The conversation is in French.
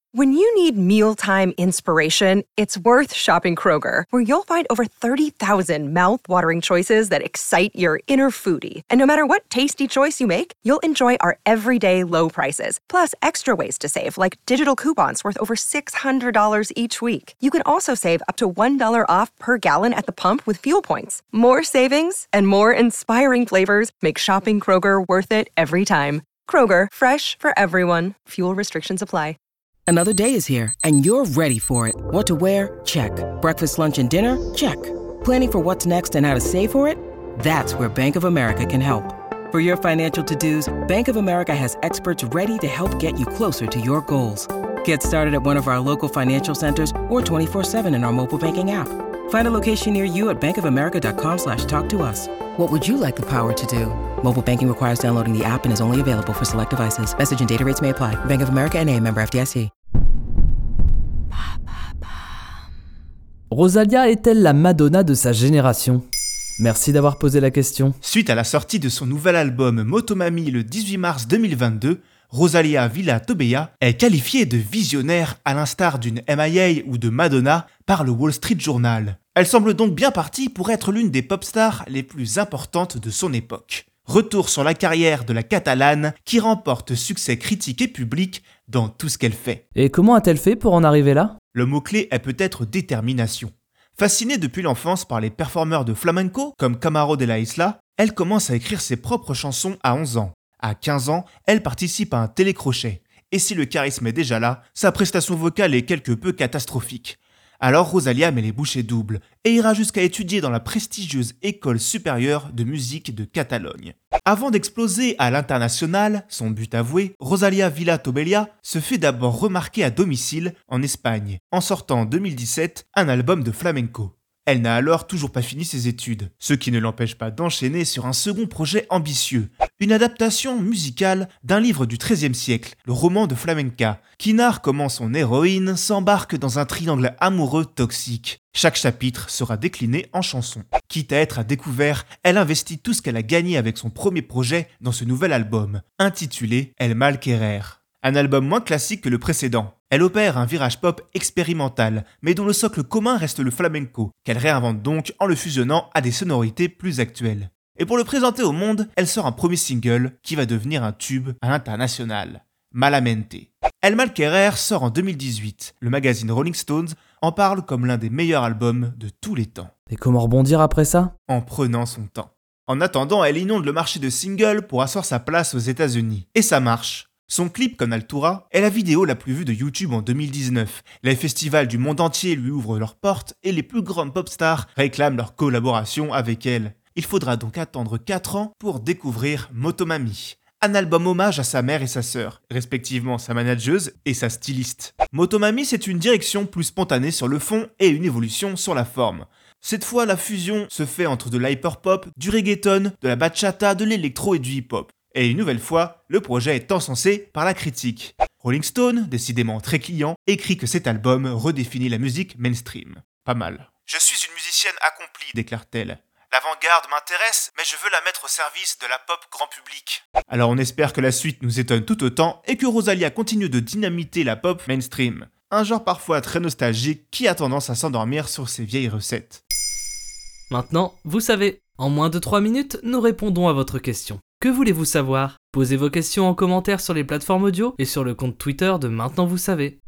When you need mealtime inspiration, it's worth shopping Kroger, where you'll find over 30,000 mouth-watering choices that excite your inner foodie. And no matter what tasty choice you make, you'll enjoy our everyday low prices, plus extra ways to save, like digital coupons worth over $600 each week. You can also save up to $1 off per gallon at the pump with fuel points. More savings and more inspiring flavors make shopping Kroger worth it every time. Kroger, fresh for everyone. Fuel restrictions apply. Another day is here, and you're ready for it. What to wear? Check. Breakfast, lunch, and dinner? Check. Planning for what's next and how to save for it? That's where Bank of America can help. For your financial to-dos, Bank of America has experts ready to help get you closer to your goals. Get started at one of our local financial centers or 24/7 in our mobile banking app. Find a location near you at bankofamerica.com/talktous. What would you like the power to do? Mobile banking requires downloading the app and is only available for select devices. Message and data rates may apply. Bank of America N.A., member FDIC. Rosalía est-elle la Madonna de sa génération ? Merci d'avoir posé la question. Suite à la sortie de son nouvel album Motomami le 18 mars 2022, Rosalía Villa Tobeya est qualifiée de visionnaire à l'instar d'une MIA ou de Madonna par le Wall Street Journal. Elle semble donc bien partie pour être l'une des pop stars les plus importantes de son époque. Retour sur la carrière de la Catalane qui remporte succès critique et public dans tout ce qu'elle fait. Et comment a-t-elle fait pour en arriver là ? Le mot-clé est peut-être détermination. Fascinée depuis l'enfance par les performeurs de flamenco comme Camaro de la Isla, elle commence à écrire ses propres chansons à 11 ans. À 15 ans, elle participe à un télécrochet. Et si le charisme est déjà là, sa prestation vocale est quelque peu catastrophique. Alors Rosalía met les bouchées doubles et ira jusqu'à étudier dans la prestigieuse École supérieure de musique de Catalogne. Avant d'exploser à l'international, son but avoué, Rosalía Villa Tobeya se fait d'abord remarquer à domicile en Espagne, en sortant en 2017 un album de flamenco. Elle n'a alors toujours pas fini ses études, ce qui ne l'empêche pas d'enchaîner sur un second projet ambitieux, une adaptation musicale d'un livre du XIIIe siècle, le roman de Flamenca, qui narre comment son héroïne s'embarque dans un triangle amoureux toxique. Chaque chapitre sera décliné en chanson. Quitte à être à découvert, elle investit tout ce qu'elle a gagné avec son premier projet dans ce nouvel album, intitulé El Mal Querer. Un album moins classique que le précédent. Elle opère un virage pop expérimental, mais dont le socle commun reste le flamenco, qu'elle réinvente donc en le fusionnant à des sonorités plus actuelles. Et pour le présenter au monde, elle sort un premier single qui va devenir un tube à l'international. Malamente. El Mal Querer sort en 2018. Le magazine Rolling Stones en parle comme l'un des meilleurs albums de tous les temps. Et comment rebondir après ça ? En prenant son temps. En attendant, elle inonde le marché de singles pour asseoir sa place aux États-Unis. Et ça marche. Son clip Con Altura est la vidéo la plus vue de YouTube en 2019. Les festivals du monde entier lui ouvrent leurs portes et les plus grandes pop stars réclament leur collaboration avec elle. Il faudra donc attendre 4 ans pour découvrir Motomami. Un album hommage à sa mère et sa sœur, respectivement sa manageuse et sa styliste. Motomami, c'est une direction plus spontanée sur le fond et une évolution sur la forme. Cette fois, la fusion se fait entre de l'hyperpop, du reggaeton, de la bachata, de l'électro et du hip-hop. Et une nouvelle fois, le projet est encensé par la critique. Rolling Stone, décidément très client, écrit que cet album redéfinit la musique mainstream. Pas mal. « Je suis une musicienne accomplie », déclare-t-elle. « L'avant-garde m'intéresse, mais je veux la mettre au service de la pop grand public. » Alors on espère que la suite nous étonne tout autant et que Rosalía continue de dynamiter la pop mainstream. Un genre parfois très nostalgique qui a tendance à s'endormir sur ses vieilles recettes. Maintenant, vous savez, en moins de 3 minutes, nous répondons à votre question. Que voulez-vous savoir ? Posez vos questions en commentaire sur les plateformes audio et sur le compte Twitter de Maintenant Vous Savez.